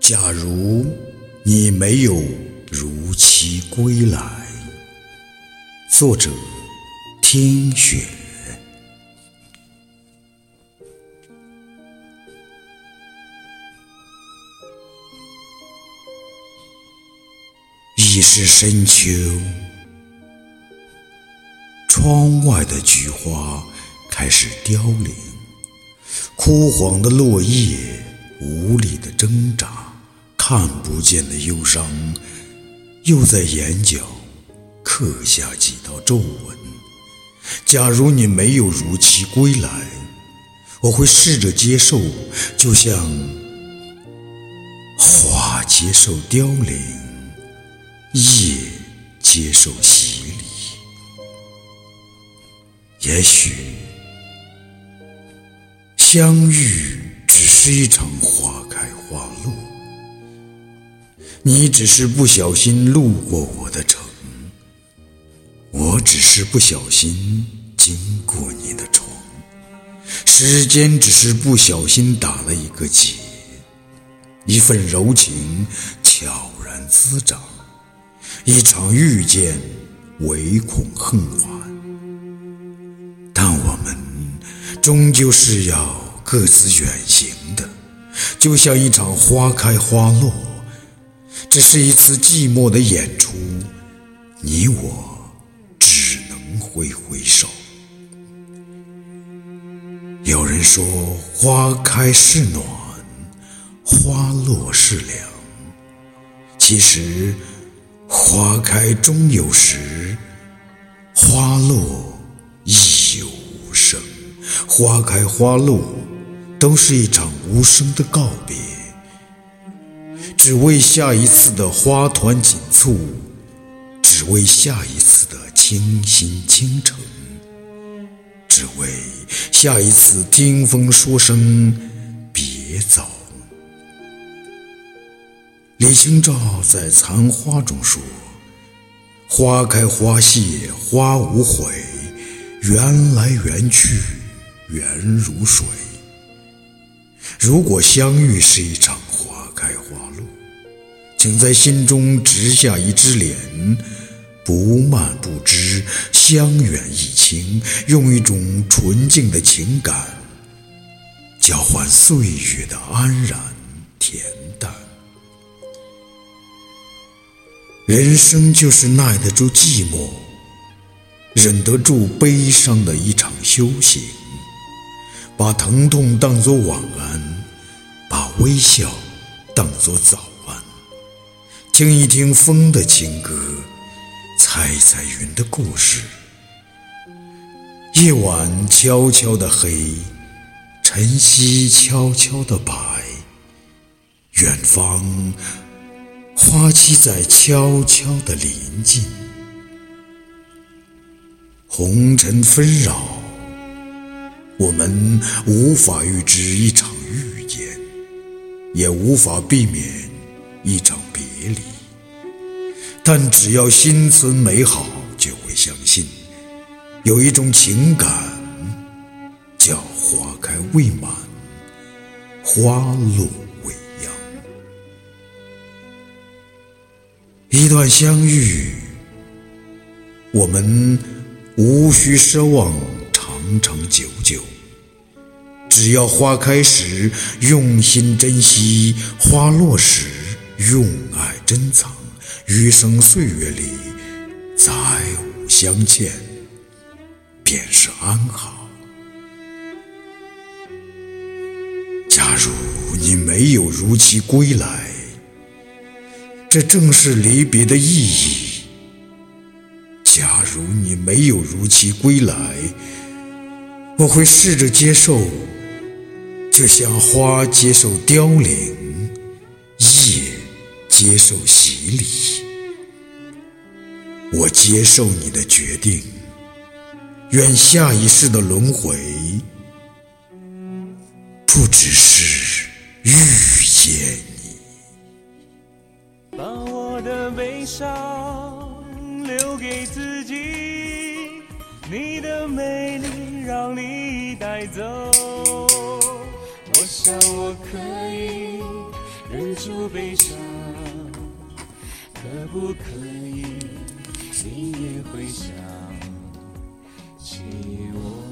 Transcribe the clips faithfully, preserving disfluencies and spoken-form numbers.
假如你没有如期归来。作者：听雪。已是深秋，窗外的菊花开始凋零，枯黄的落叶无力地挣扎，看不见的忧伤又在眼角刻下几道皱纹。假如你没有如期归来，我会试着接受，就像花接受凋零，叶接受洗礼。也许相遇只是一场花开花落，你只是不小心路过我的城，我只是不小心经过你的床，时间只是不小心打了一个结，一份柔情悄然滋长，一场遇见唯恐恨晚。但我们终究是要各自远行的，就像一场花开花落，只是一次寂寞的演出，你我只能挥挥手。有人说花开是暖，花落是凉，其实花开终有时，花落亦有无声。花开花落都是一场无声的告别，只为下一次的花团锦簇，只为下一次的倾心倾城，只为下一次听风说声别走。李清照在《残花》中说，花开花谢花无悔，缘来缘去缘如水。如果相遇是一场花开花落，请在心中植下一枝莲，不蔓不枝，香远益清，用一种纯净的情感交换岁月的安然恬淡。人生就是耐得住寂寞，忍得住悲伤的一场修行，把疼痛当作晚安，把微笑当作早安，听一听风的情歌，猜猜云的故事。夜晚悄悄的黑，晨曦悄悄的白，远方花期在悄悄地临近，红尘纷扰，我们无法预知一场遇见，也无法避免一场别离。但只要心存美好，就会相信有一种情感叫花开未满，花落未央。一段相遇，我们无需奢望长长久久，只要花开时用心珍惜，花落时用爱珍藏，余生岁月里再无相欠，便是安好。假如你没有如期归来，这正是离别的意义。假如你没有如期归来，我会试着接受，就像花接受凋零，叶接受洗礼。我接受你的决定，愿下一世的轮回不只是遇见你。 把我的悲伤留给自己，你的美丽让你带走。我想我可以忍住悲伤，可不可以你也会想起我？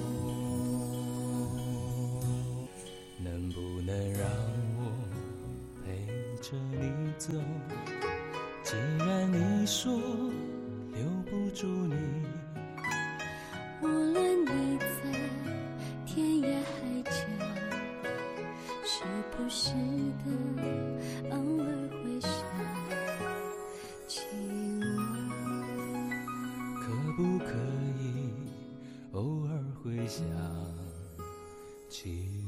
能不能让我陪着你走？既然你说留不住你， 无论你在天涯海角，时不时的偶尔会想起我。 可不可以偶尔会想起我？